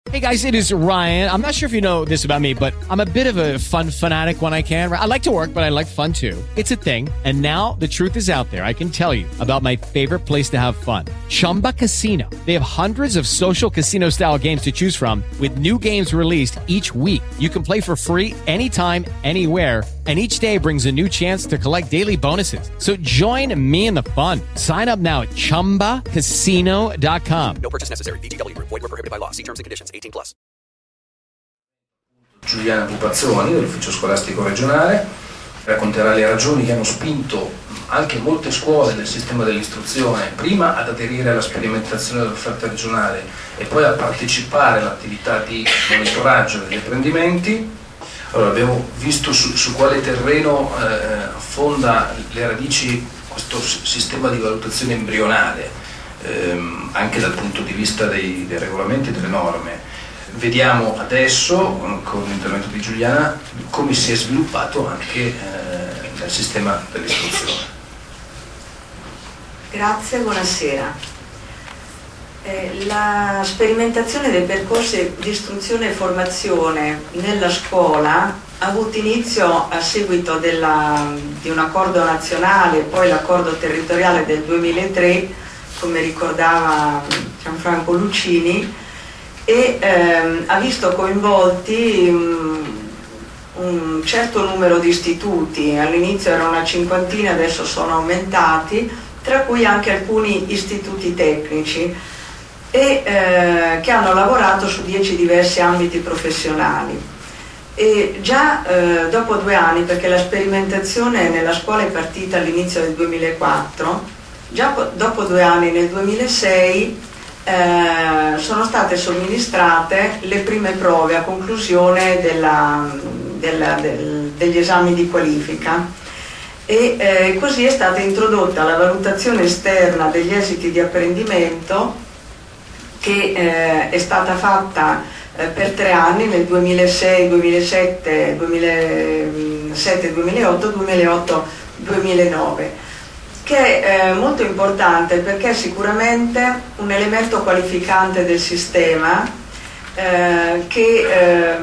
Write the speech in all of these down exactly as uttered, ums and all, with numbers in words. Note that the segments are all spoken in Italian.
Hey guys, it is Ryan. I'm not sure if you know this about me, but I'm a bit of a fun fanatic when I can. I like to work, but I like fun too. It's a thing. And now the truth is out there. I can tell you about my favorite place to have fun. Chumba Casino. They have hundreds of social casino style games to choose from with new games released each week. You can play for free anytime, anywhere. And each day brings a new chance to collect daily bonuses. So join me in the fun. Sign up now at chumba casino dot com. No purchase necessary. V G W. Void where prohibited by law. See terms and conditions. eighteen plus. Giuliana Pupazzoni dell'Ufficio Scolastico Regionale racconterà le ragioni che hanno spinto anche molte scuole del sistema dell'istruzione prima ad aderire alla sperimentazione dell'offerta regionale e poi a partecipare all'attività di monitoraggio degli apprendimenti. Allora, abbiamo visto su, su quale terreno eh, affonda le radici questo sistema di valutazione embrionale, ehm, anche dal punto di vista dei, dei regolamenti e delle norme. Vediamo adesso, con l'intervento di Giuliana, come si è sviluppato anche eh, nel sistema dell'istruzione. Grazie, buonasera. Eh, la sperimentazione dei percorsi di istruzione e formazione nella scuola ha avuto inizio a seguito della, di un accordo nazionale, poi l'accordo territoriale del duemilatré, come ricordava Gianfranco Lucini, e ehm, ha visto coinvolti um, un certo numero di istituti. All'inizio era una cinquantina, adesso sono aumentati, tra cui anche alcuni istituti tecnici, e eh, che hanno lavorato su dieci diversi ambiti professionali. E già eh, dopo due anni, perché la sperimentazione nella scuola è partita all'inizio del duemilaquattro, già po- dopo due anni, nel duemilasei, eh, sono state somministrate le prime prove a conclusione della, della, del, degli esami di qualifica. E eh, così è stata introdotta la valutazione esterna degli esiti di apprendimento, che eh, è stata fatta eh, per tre anni, nel duemilasei, duemilasette, duemilasette, duemilaotto, duemilaotto, duemilanove, che è eh, molto importante perché è sicuramente un elemento qualificante del sistema eh, che eh,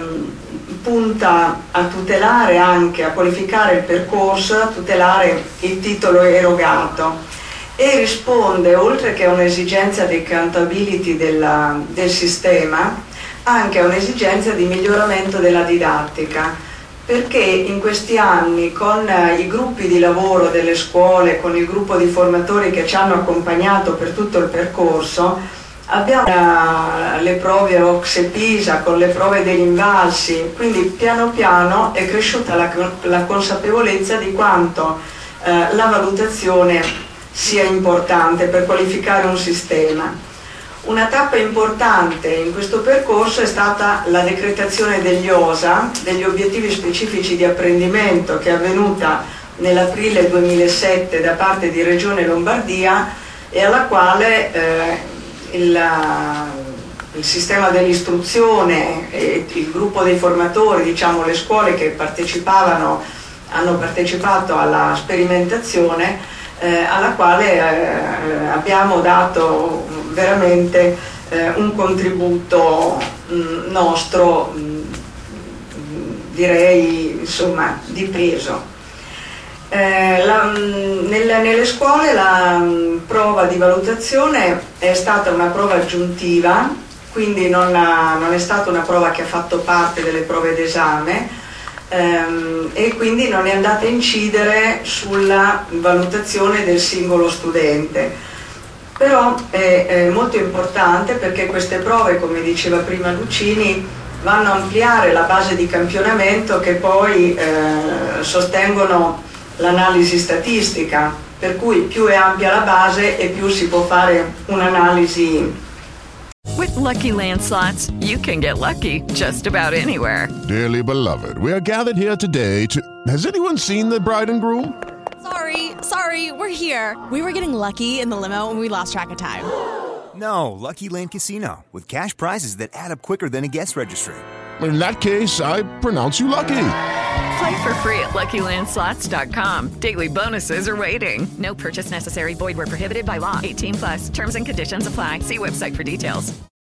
punta a tutelare anche, a qualificare il percorso, a tutelare il titolo erogato, e risponde, oltre che a un'esigenza di accountability della, del sistema, anche a un'esigenza di miglioramento della didattica, perché in questi anni con i gruppi di lavoro delle scuole, con il gruppo di formatori che ci hanno accompagnato per tutto il percorso, abbiamo le prove O C S E PISA con le prove degli invalsi, quindi piano piano è cresciuta la, la consapevolezza di quanto eh, la valutazione sia importante per qualificare un sistema. Una tappa importante in questo percorso è stata la decretazione degli O S A, degli obiettivi specifici di apprendimento, che è avvenuta nell'aprile duemilasette da parte di Regione Lombardia, e alla quale eh, il, il sistema dell'istruzione e il gruppo dei formatori, diciamo le scuole che partecipavano, hanno partecipato alla sperimentazione, Eh, alla quale eh, abbiamo dato veramente eh, un contributo mh, nostro, mh, direi insomma di peso. Eh, la, mh, nelle, nelle scuole la mh, prova di valutazione è stata una prova aggiuntiva, quindi non, ha, non è stata una prova che ha fatto parte delle prove d'esame, Ehm, e quindi non è andata a incidere sulla valutazione del singolo studente. Però è, è molto importante perché queste prove, come diceva prima Lucini, vanno a ampliare la base di campionamento, che poi eh, sostengono l'analisi statistica, per cui più è ampia la base e più si può fare un'analisi. With Lucky Land Slots, you can get lucky just about anywhere. Dearly beloved, we are gathered here today to... Has anyone seen the bride and groom? Sorry, sorry, we're here. We were getting lucky in the limo and we lost track of time. No, Lucky Land Casino, with cash prizes that add up quicker than a guest registry. In that case, I pronounce you lucky. Play for free at lucky land slots dot com. Daily bonuses are waiting. No purchase necessary. Void where prohibited by law. eighteen plus. Terms and conditions apply. See website for details.